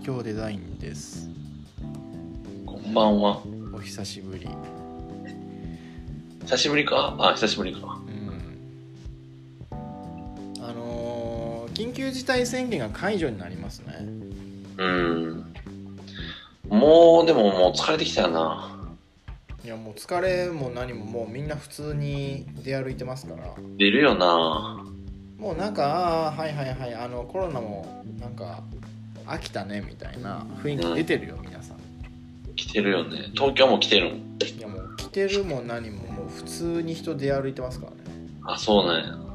京デザインです。 こんばんは。 お久しぶり。 久しぶりか？あ、久しぶりか。 緊急事態宣言が解除になりますね。 でも疲れてきたよな。 いやもう疲れも何ももうみんな普通に出歩いてますから。 出るよな。 もうなんかはいコロナもなんか飽きたねみたいな雰囲気出てるよ、皆さん。 来てるよね。東京も来てるん。 いやもう来てるも何ももう普通に人出歩いてますからね。あ、 そうなんや。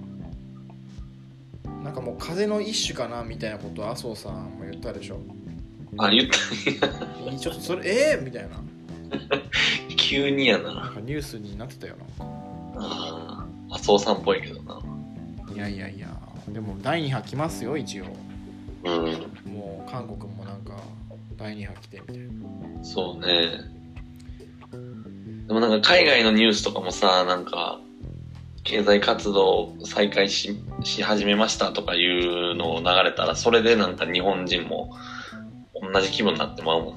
なんかもう風邪の一種かなみたいなこと麻生さんも言ったでしょ。 あ、言ったちょっとそれみたいな急にやな。 なんかニュースになってたよな。 麻生さんっぽいけどな。 いやでも第2波来ますよ一応。もう韓国もなんか第2波来てみたいな。 そうね。でもなんか海外のニュースとかもさ、なんか経済活動再開し始めましたとかいうのを流れたら、それでなんか日本人も同じ気分になってまうもん。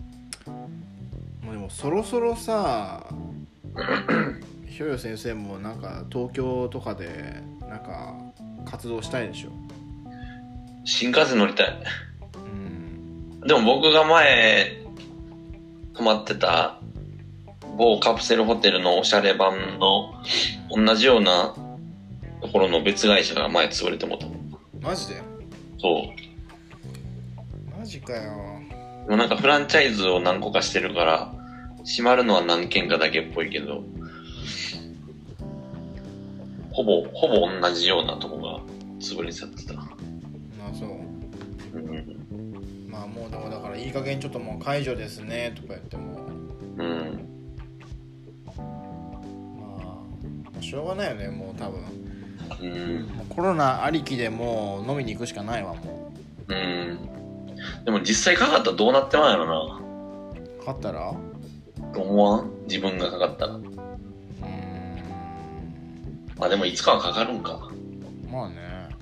でもそろそろさひょよ先生もなんか東京とかでなんか活動したいでしょ。 新幹線乗りたい。でも僕が前泊まってた某カプセルホテルのおしゃれ版の同じようなところの別会社が前潰れてもったもん。 マジで？ そう。 マジかよ。 でもなんかフランチャイズを何個かしてるから閉まるのは何軒かだけっぽいけど、ほぼ同じようなとこが潰れちゃってた。 まあそう。まあもうだからいい加減ちょっともう解除ですねとか言っても。しょうがないよね、もう多分。もうコロナありきでもう飲みに行くしかないわ、もう。 でも実際かかったらどうなってまうんやろな。 かかったら？ と思わん？自分がかかったら。まあでもいつかはかかるんか。 まあね。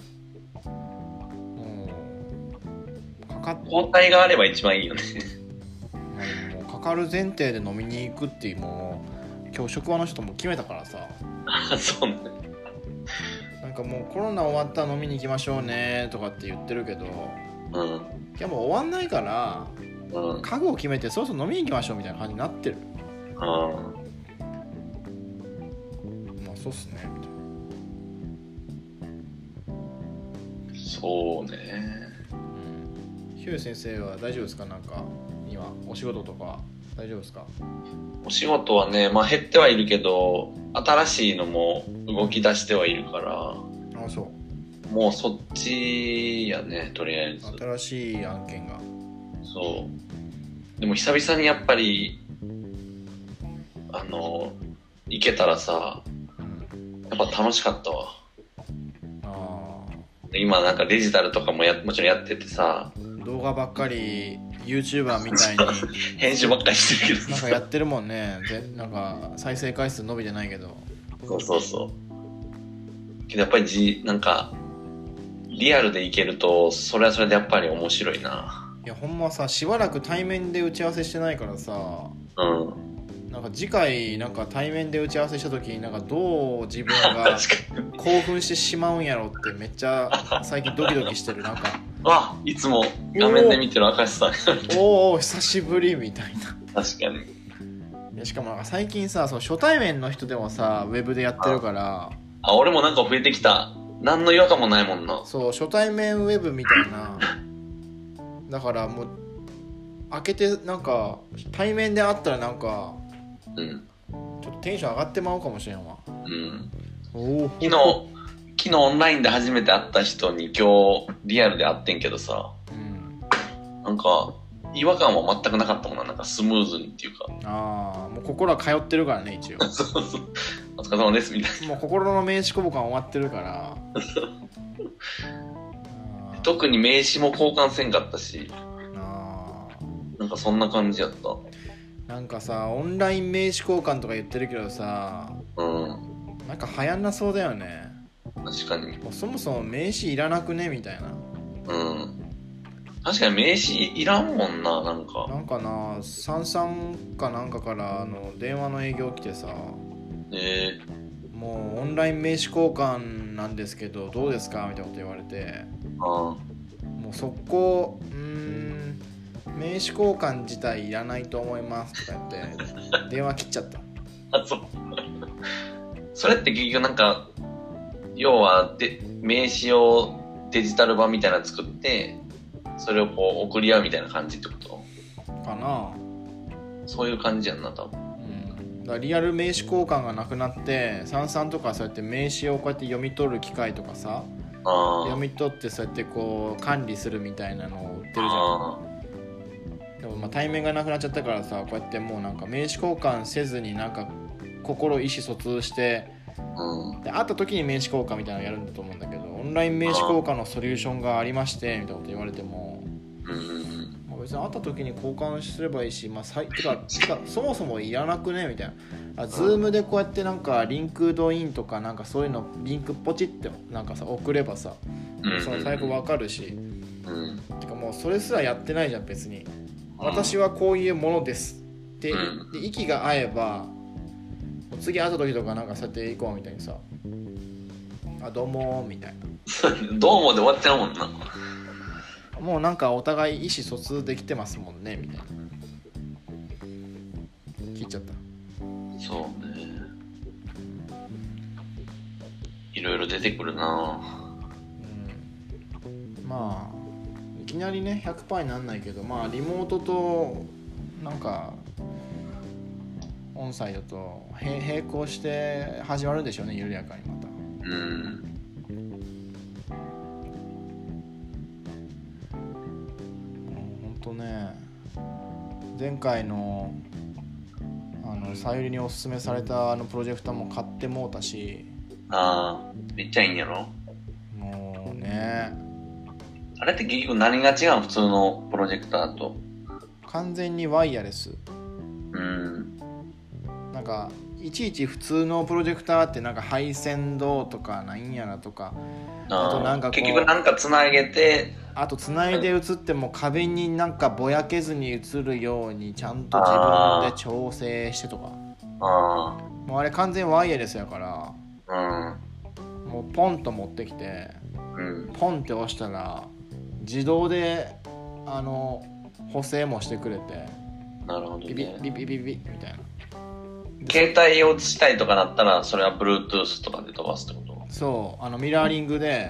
抗体があれば一番いいよね。 もうかかる前提で飲みに行くっていう、もう今日職場の人も決めたからさ。 そうね。 なんかもうコロナ終わったら飲みに行きましょうねとかって言ってるけど、いやもう終わんないから、覚悟を決めてそろそろ飲みに行きましょうみたいな感じになってる。まあそうっすねみたいな。 そうね。 ひゅう先生は大丈夫ですか？なんか今お仕事とか大丈夫ですか？ お仕事はね、まあ減ってはいるけど、新しいのも動き出してはいるから。 あ、そう。 もうそっちやね、とりあえず。 新しい案件が。 そう。でも久々にやっぱり、行けたらさ、やっぱ楽しかったわ。今なんかデジタルとかももちろんやっててさ、 動画ばっかり YouTuber みたいに編集ばっかりしてるけどなんかやってるもんね。なんか再生回数伸びてないけど。 そうけどやっぱりなんかリアルでいけるとそれはそれでやっぱり面白いな。 いやほんまさ、しばらく対面で打ち合わせしてないからさ、なんか次回なんか対面で打ち合わせした時になんかどう自分が興奮してしまうんやろってめっちゃ最近ドキドキしてる。なんかいつも画面で見てる明石さんお久しぶりみたいな。確かに。しかもなんか最近さ、その初対面の人でもさウェブでやってるから、 俺もなんか増えてきた。何の違和感もないもんな。 そう、初対面ウェブみたいな。だからもう開けてなんか対面で会ったらなんかちょっとテンション上がってまうかもしれんわ。 昨日オンラインで初めて会った人に今日リアルで会ってんけどさ、なんか違和感は全くなかったもんな。なんかスムーズにっていうか。 もう心は通ってるからね一応。 そうお疲れ様ですみたいな。 もう心の名刺交換終わってるから特に名刺も交換せんかったし、なんかそんな感じやった。 なんかさ、オンライン名刺交換とか言ってるけどさ、なんか流行んなそうだよね。 確かに。 もうそもそも名刺いらなくねみたいな。 確かに名刺いらんもんな、なんか。 なんかな、サンサンかなんかから電話の営業来てさ、もうオンライン名刺交換なんですけどどうですかみたいなこと言われて、もう速攻名刺交換自体いらないと思いますとか言って電話切っちゃった。 そう。それって結局なんか、要は名刺をデジタル版みたいなの作って、それをこう送り合うみたいな感じってことかな。 そういう感じやんな、多分。 だからリアル名刺交換がなくなって、サンサンとかそうやって名刺をこうやって読み取る機械とかさ、読み取ってそうやってこう管理するみたいなのを売ってるじゃん。でもまあ対面がなくなっちゃったからさ、こうやってもうなんか名刺交換せずになんか意思疎通して、で会った時に名刺交換みたいなのやるんだと思うんだけど、オンライン名刺交換のソリューションがありましてみたいなこと言われても、まあ、別に会った時に交換すればいいし、まあ、てかそもそもいらなくねみたいな。ズームでこうやってなんかリンクドインとかなんかそういうのリンクポチってなんかさ送ればさ、そのタイプわかるし、てかもうそれすらやってないじゃん別に。私はこういうものですで息が合えば次会った時とかなんかそうやって行こうみたいにさ、あどうもみたいなどうもで終わっちゃうもんな。 もうなんかお互い意思疎通できてますもんねみたいな。切っちゃった。 そうね、いろいろ出てくるな。 まあいきなりね 100% になんないけど、まあリモートとなんかオンサイドと並行して始まるんでしょうね、緩やかにまた。ほんとね、前回のさゆりにおすすめされたプロジェクターも買ってもうたし。 めっちゃいいんやろ。 もうね、 あれって結局何が違うの、普通のプロジェクターと。 完全にワイヤレス。なんかいちいち普通のプロジェクターってなんか配線どうとかなんやらとか、あとなんかこう結局なんかつなげて、 あとつないで映っても壁になんかぼやけずに映るようにちゃんと自分で調整してとか。もうあれ完全ワイヤレスやから、もうポンと持ってきて、ポンって押したら自動で補正もしてくれて、 なるほどね、 ビビビビビビみたいな。 携帯をしたいとかなったらそれは Bluetooth とかで飛ばすってこと？ そうミラーリングで、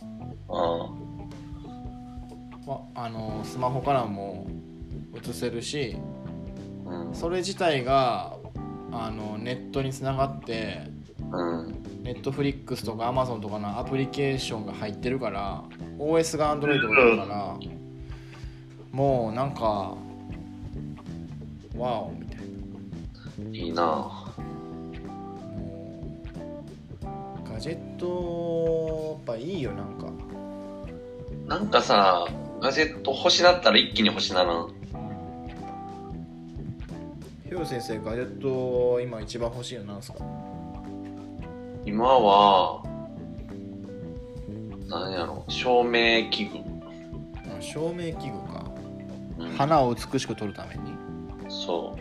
スマホからも映せるし、それ自体がネットにつながって、Netflix とか Amazon とかのアプリケーションが入ってるから OS が Android だから、もうなんかワオみたいな。 いいな。 ガジェットやっぱいいよ。 なんかさ、ガジェット欲しなったら一気に欲しならん。 ヒロ先生、ガジェット今一番欲しいのなんですか？ 今は何やろ、照明器具。 照明器具か、花を美しく撮るために。 そう。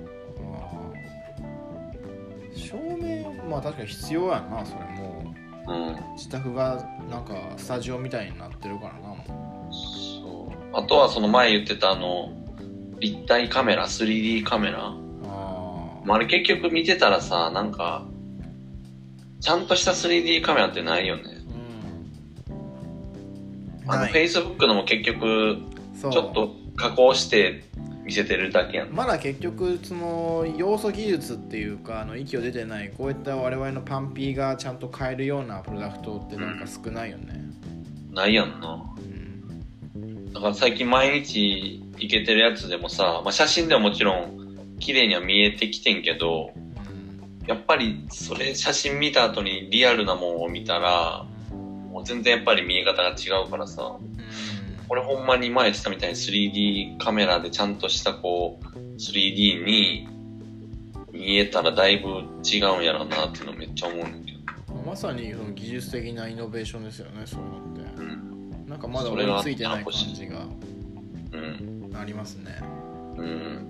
照明まあ確かに必要やんな。それも自宅がなんかスタジオみたいになってるからな。もうそう。あとはその前言ってた立体カメラ、 3D カメラ。あれ結局見てたらさ、なんかちゃんとした 3D カメラってないよね。Facebook のも結局ちょっと加工して見せてるだけやん。 まだ結局その要素技術っていうか息を出てない、こういった我々のパンピーがちゃんと買えるようなプロダクトってなんか少ないよね。 ないやんな。だから最近毎日いけてるやつでもさ、写真ではもちろん綺麗には見えてきてんけど、やっぱりそれ写真見た後にリアルなもんを見たらもう全然やっぱり見え方が違うからさ、これほんまに前言ってたみたいに 3D カメラでちゃんとしたこう 3D に見えたらだいぶ違うんやろうなっていうのめっちゃ思うんだけど、 まさにその技術的なイノベーションですよね、そういうのって。なんかまだ追いついてない感じが。 ありますね。そっか。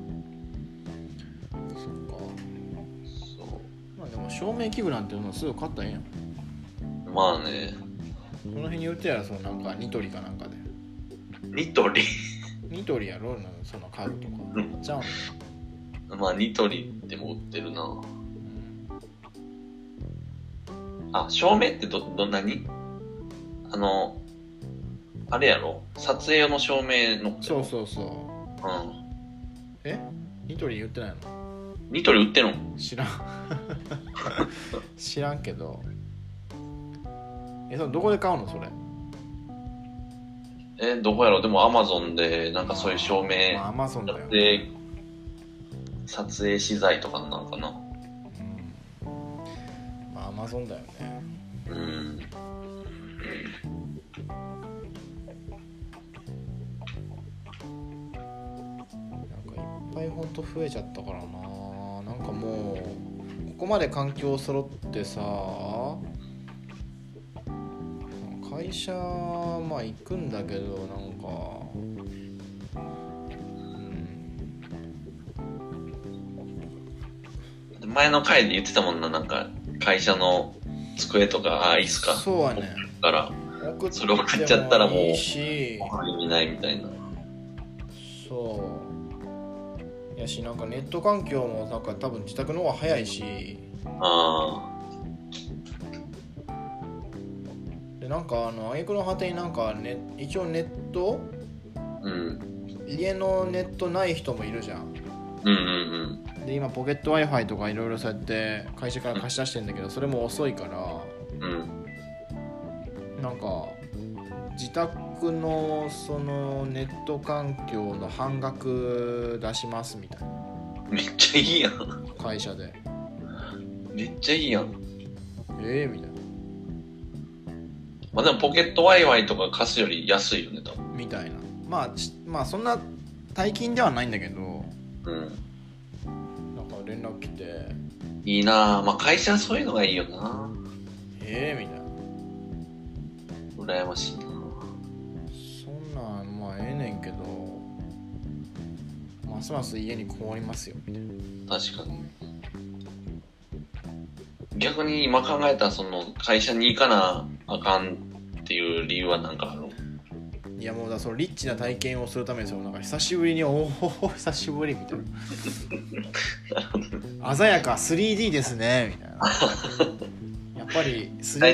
そう。まあでも照明器具なんてのすぐ買ったらええやん。 まあね。 この辺に売ってやらそのなんかニトリかなんかで。 ニトリニトリやろその家具とか。じゃあ。まあニトリでも売ってるな。あ、照明ってどんなにあれやろ撮影用の照明の。 そうそうそう。ニトリ売ってないの？ ニトリ売ってんの？ 知らん知らんけど。それどこで買うのそれ？ どこやろ？でもアマゾンでなんかそういう照明、 アマゾンだよ。 撮影資材とかなのかな。 まあアマゾンだよね。いっぱいほんと増えちゃったからな。なんかもうここまで環境揃ってさ、会社まあ行くんだけどなんか、 前の回で言ってたもんな、なんか会社の机とか椅子か、 そうやね、 からそれ送っちゃったらもう意味ないみたいな。 そうやし、なんかネット環境もなんか多分自宅の方が早いし、でなんか挙句の果てになんか、一応ネット、家のネットない人もいるじゃん。で今ポケット Wi-Fi とかいろいろそうやって会社から貸し出してんだけど、それも遅いから、なんか自宅のそのネット環境の半額出しますみたいな。 めっちゃいいやん。 会社でめっちゃいいやん。 みたいな。 まあでもポケット Wi-Fi とか貸すより安いよね多分。 みたいな。まあそんな大金ではないんだけど、なんか連絡来て、 いいなぁ。まあ会社はそういうのがいいよな。 みたいな。 羨ましいな。 そんなんまあええねんけど、ますます家にこもりますよみたいな。 確かに。逆に今考えたらその会社に行かなあかんっていう理由は何かあるの？ いやもうだそのリッチな体験をするためにそのなんか久しぶりに久しぶりみたいな鮮やか 3D ですねみたいなやっぱり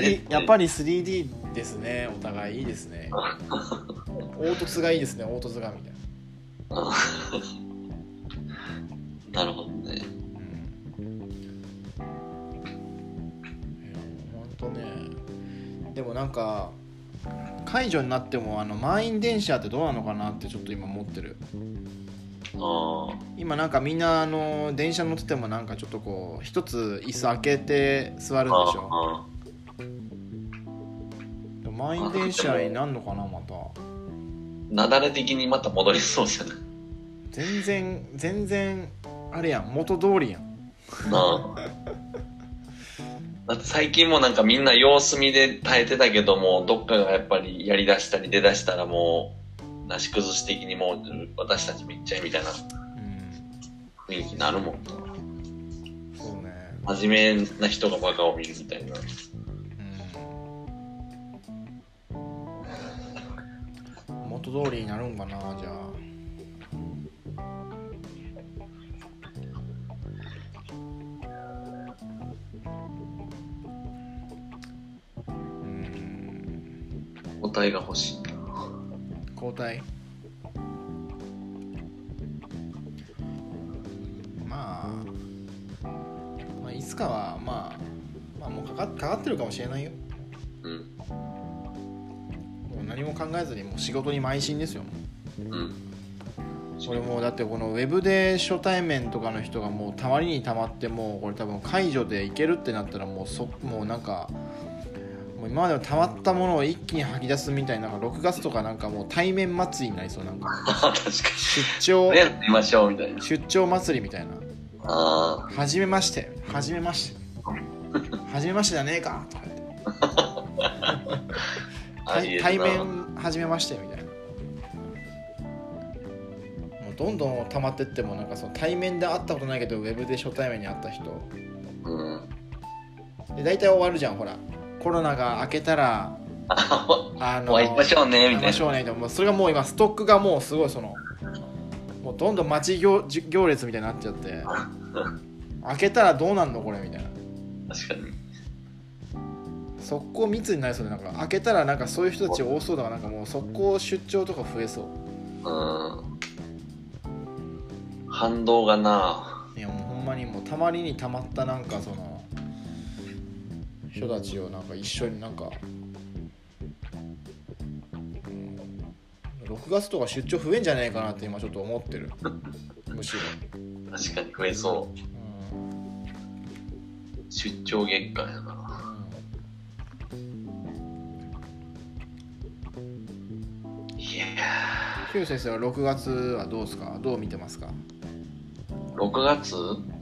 3D ですね、お互いいいですね凹凸がいいですね、凹凸がみたいなるほどね。 ほんとね。でもなんか解除になっても満員電車ってどうなのかなってちょっと今思ってる。今なんかみんな電車乗っててもなんかちょっとこう一つ椅子開けて座るんでしょ。満員電車になんのかなまた。 なだれ的にまた戻りそうじゃない？ 全然あれやん、元通りやん。 だって最近もなんかみんな様子見で耐えてたけども、どっかがやっぱりやりだしたり出だしたらもうなし崩し的にもう私たちめっちゃいみたいな雰囲気になるもんな。 そうね。 真面目な人がバカを見るみたいな。 元通りになるんかなじゃあ。 交代が欲しいな。 交代。まあいつかはまあもうかかってるかもしれないよ。もう何も考えずにもう仕事に邁進ですよ。これもうだってこのウェブで初対面とかの人がもうたまりにたまってもうこれ多分解除でいけるってなったらもうなんかもう今までのたまったものを一気に吐き出すみたいな、なんか6月とかなんかもう対面祭りになりそう。なんか確かに出張やりましょうみたいな、 出張祭りみたいな。はじめましてはじめましてじゃねえかとか言って対面はじめましてみたいな。 どんどん溜まってってもなんかその対面で会ったことないけどウェブで初対面に会った人、で大体終わるじゃん。ほらコロナが明けたら会いましょうねみたいな。会いましょうねみたいな。それがもう今ストックがもうすごいもうどんどん待ち 行列みたいになっちゃって開けたらどうなんのこれみたいな。 確かに速攻密になりそうで、なんか開けたらなんかそういう人たち多そうだから、なんかもう速攻出張とか増えそう。 反動がな。 いやもうほんまにもうたまりにたまったなんかその人たちをなんか一緒になんか、6月とか出張増えんじゃねえかなって今ちょっと思ってるむしろ。 確かに増えそう、出張月間やな。いやー、ヒュー先生は6月はどうですか？どう見てますか ？6月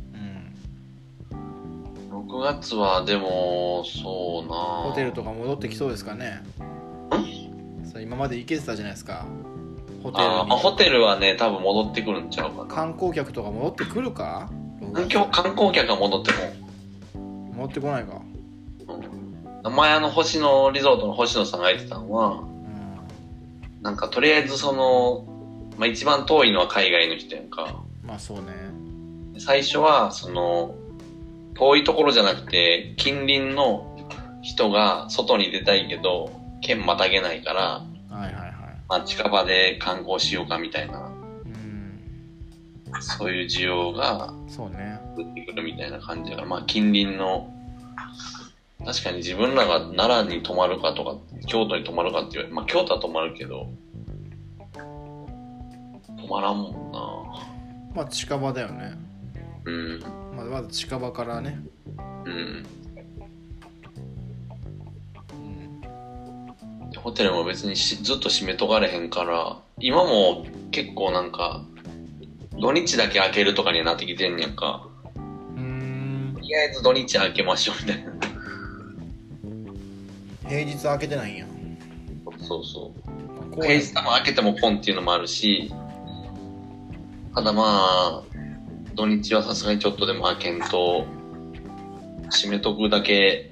？6月はでもそうな、 ホテルとか戻ってきそうですかね。今まで行けてたじゃないですか、ホテルに。 ホテルはね多分戻ってくるんちゃうかな。 観光客とか戻ってくるか？ 今日観光客が戻っても戻ってこないか。 前星野リゾートの星野さんが言ってたのは、なんかとりあえず一番遠いのは海外の人やんか。 まあそうね。 最初は遠いところじゃなくて近隣の人が外に出たいけど県またげないから、 はいはいはい、 まあ、近場で観光しようかみたいな、そういう需要が出てくるみたいな感じだから、まあ近隣の、確かに自分らが奈良に泊まるかとか京都に泊まるかって言われて、まあ京都は泊まるけど泊まらんもんな。 まあ近場だよね。まず近場からね。 ホテルも別にずっと閉めとかれへんから、今も結構なんか土日だけ開けるとかにはなってきてんねやんか。とりあえず土日開けましょうみたいな。 平日開けてないんや。 そうそう。平日も開けてもポンっていうのもあるし、ただまあ土日はさすがにちょっとでも開けんと閉めとくだけ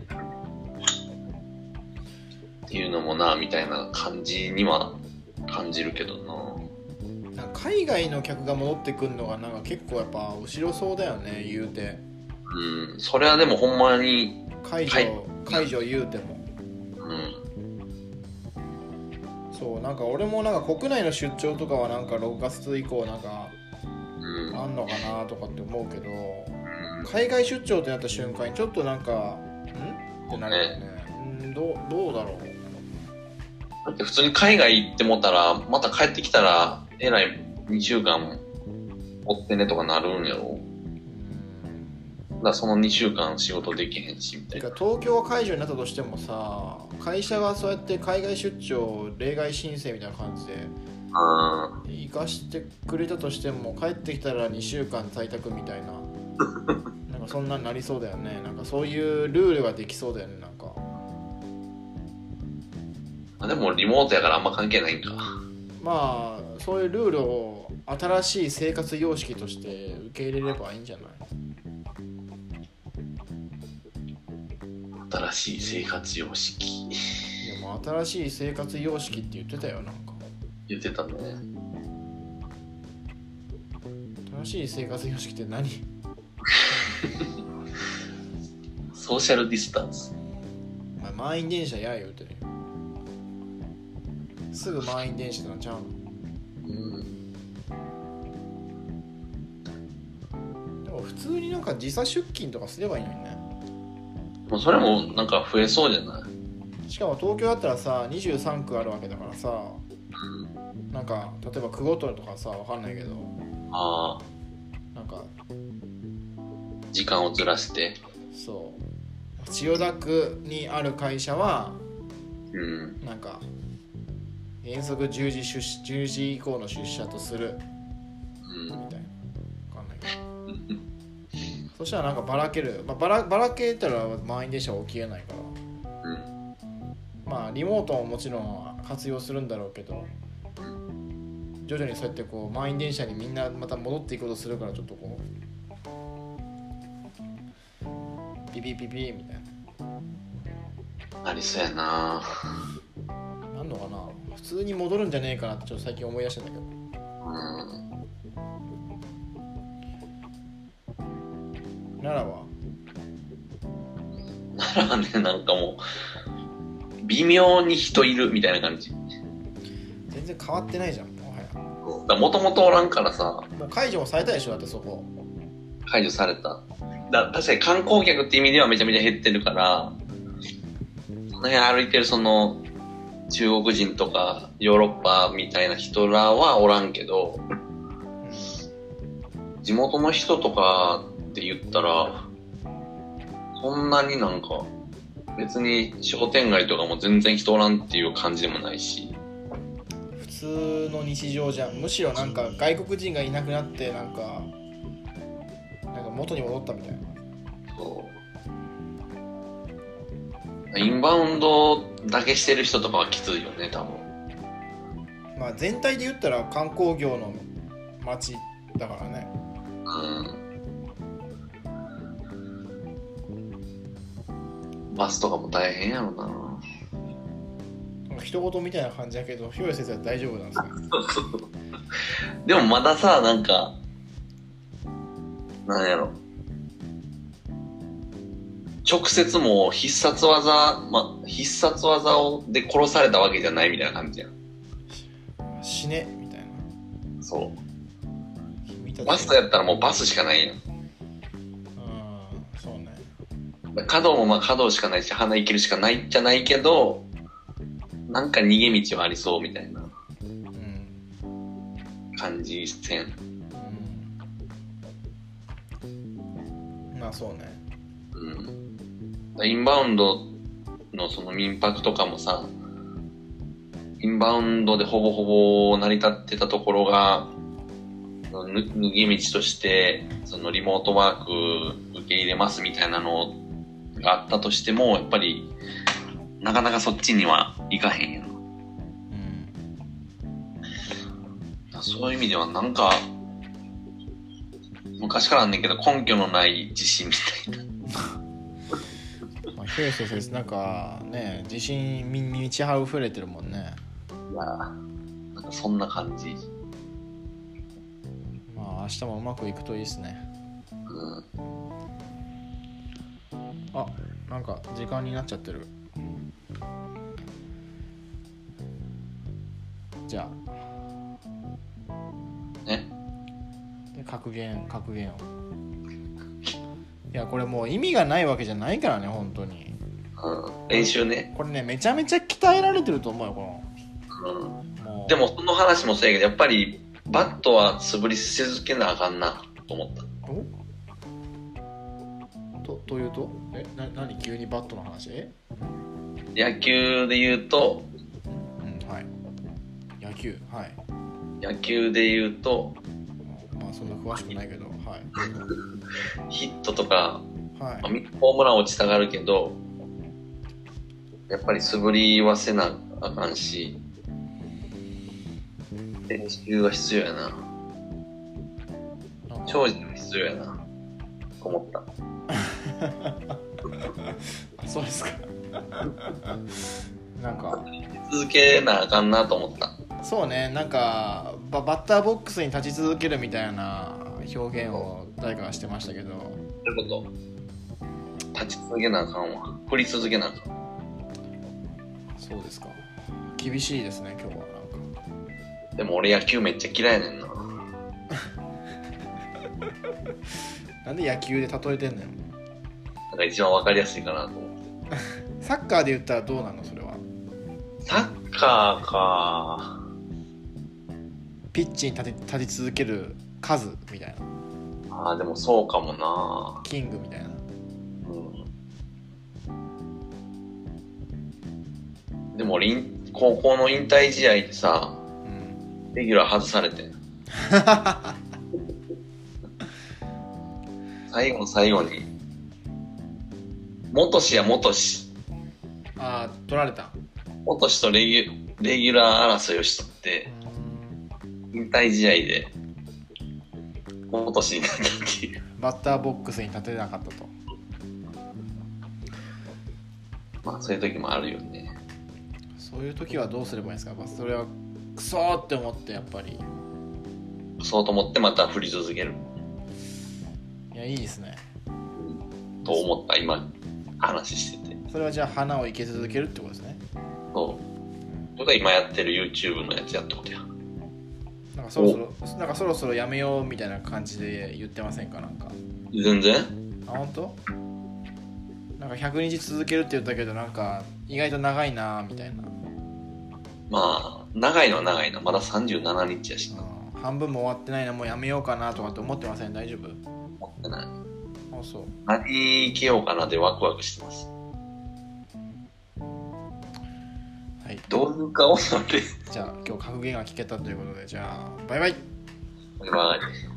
っていうのもなみたいな感じには感じるけどな。 なんか海外の客が戻ってくるのがなんか結構やっぱ後ろそうだよね、言うて。 それはでもほんまに解除言うても。そう、なんか俺もなんか国内の出張とかはなんか6月以降なんかあんのかなとかって思うけど、海外出張ってなった瞬間にちょっとなんかってなるよね。どうだろう。 だって普通に海外行ってもたらまた帰ってきたらえらい2週間追ってねとかなるんやろ。だからその2週間仕事できへんしみたいな。 東京は解除になったとしてもさ、会社がそうやって海外出張例外申請みたいな感じで行かしてくれたとしても帰ってきたら2週間在宅みたいななんかそんなになりそうだよね。なんかそういうルールができそうだよね。なんかでもリモートやからあんま関係ないんか。 まあそういうルールを新しい生活様式として受け入れればいいんじゃない？ 新しい生活様式。 でも新しい生活様式って言ってたよ。なんか言ってたね。 新しい生活様式って何？ ソーシャルディスタンス。 満員電車や言うてるよ。すぐ満員電車なんちゃうの？でも普通になんか時差出勤とかすればいいのにね。 もうそれもなんか増えそうじゃない？ しかも東京だったらさ23区あるわけだからさ、なんか例えば区ごととかさわかんないけど、なんか時間をずらして、 そう千代田区にある会社は、なんか原則10時以降の出社とする、みたいな、わかんないけどそしたらなんかばらける、ばらけたら満員電車は起きれないから、まあリモートももちろん活用するんだろうけど、 徐々にそうやってこう満員電車にみんなまた戻っていくことするから、ちょっとこうピピピピみたいな。ありそうやな。 なんのかな、普通に戻るんじゃねえかなってちょっと最近思い出してんだけど。奈良はね、なんかもう微妙に人いるみたいな感じ。 全然変わってないじゃん、もはや。 もともとおらんからさ。 もう解除もされたでしょ、だってそこ。 解除された。確かに観光客って意味ではめちゃめちゃ減ってるから、その辺歩いてるその中国人とかヨーロッパみたいな人らはおらんけど、地元の人とかって言ったら、そんなになんか別に商店街とかも全然人おらんっていう感じでもないし、 普通の日常じゃん。むしろなんか外国人がいなくなってなんか元に戻ったみたいな。 そう。インバウンドだけしてる人とかはきついよね、多分。 まあ全体で言ったら観光業の街だからね。 バスとかも大変やろな。 なんか一言みたいな感じだけど、ひろや先生は大丈夫なんですか？ でもまださ、なんかなんやろ、直接もう必殺技で殺されたわけじゃないみたいな感じやん。 死ねみたいな。 そう。バスやったらもうバスしかないやん。 そうね。 角もまあ角しかないし、花生きるしかないじゃないけど、なんか逃げ道はありそうみたいな感じせん。 まあそうね。 インバウンドのその民泊とかもさ、インバウンドでほぼほぼ成り立ってたところが、逃げ道としてそのリモートワーク受け入れますみたいなのがあったとしても、やっぱりなかなかそっちには行かへんよ。そういう意味ではなんか昔からあんねんけど根拠のない自信みたいな。 ヒロ先生なんかね、自信に満ち溢れてるもんね。 いやなんかそんな感じ。 まあ明日もうまくいくといいですね。あ、なんか時間になっちゃってる。じゃあね、 で格言を。いやこれもう意味がないわけじゃないからね、本当に。 練習ね。 これね、めちゃめちゃ鍛えられてると思うよ、この。でもその話もそうやけど、やっぱりバットは素振りし続けなあかんなと思った。 というと、何急にバットの話？ 野球で言うと、 はい。野球、はい。 野球で言うと、 まあそんな詳しくないけど、はい。 ヒットとか、 はい、 ホームラン落ちたがるけど、やっぱり素振りはせなあかんし、練習は必要やな。長寿も必要やなと思った。 そうですか。なんか続けなあかんなと思った。 そうね、なんかバッターボックスに立ち続けるみたいな表現を誰かがしてましたけど、 そういうこと。立ち続けなあかんわ。振り続けなあかん。 そうですか。厳しいですね、今日は。なんかでも俺野球めっちゃ嫌いやねんな。 なんで野球で例えてんねん。 なんか一番わかりやすいかなと思って。 サッカーで言ったらどうなの、それは。 サッカーか。 ピッチに立ち続ける数みたいな。 ああ、でもそうかもな。 キングみたいな。 でも俺高校の引退試合でさ、レギュラー外されて最後の最後に元氏ああ、取られた。 元氏とレギュラー争いをしとって、 引退試合で落としになったっていう。 バッターボックスに立てなかったと。 まあそういう時もあるよね。 そういう時はどうすればいいんですか？それはクソーって思ってやっぱり。 そうと思ってまた振り続ける。 いや、いいですね。 と思った今話してて。 それはじゃあ花を生け続けるってことですね。 そう。それが今やってる YouTube のやつやったことや。 なんかそろそろやめようみたいな感じで言ってませんか？なんか。 全然。 あ、本当？なんか100日続けるって言ったけどなんか意外と長いなみたいな。 まあ長いのは長いな。まだ37日やしな。 半分も終わってないな、もうやめようかなとかって思ってません？大丈夫？ 思ってない。 あ、そう。 何着ようかなってワクワクしてます。 はい。 どういう顔なんで。 じゃあ今日格言が聞けたということで、じゃあバイバイ。 バイバイ。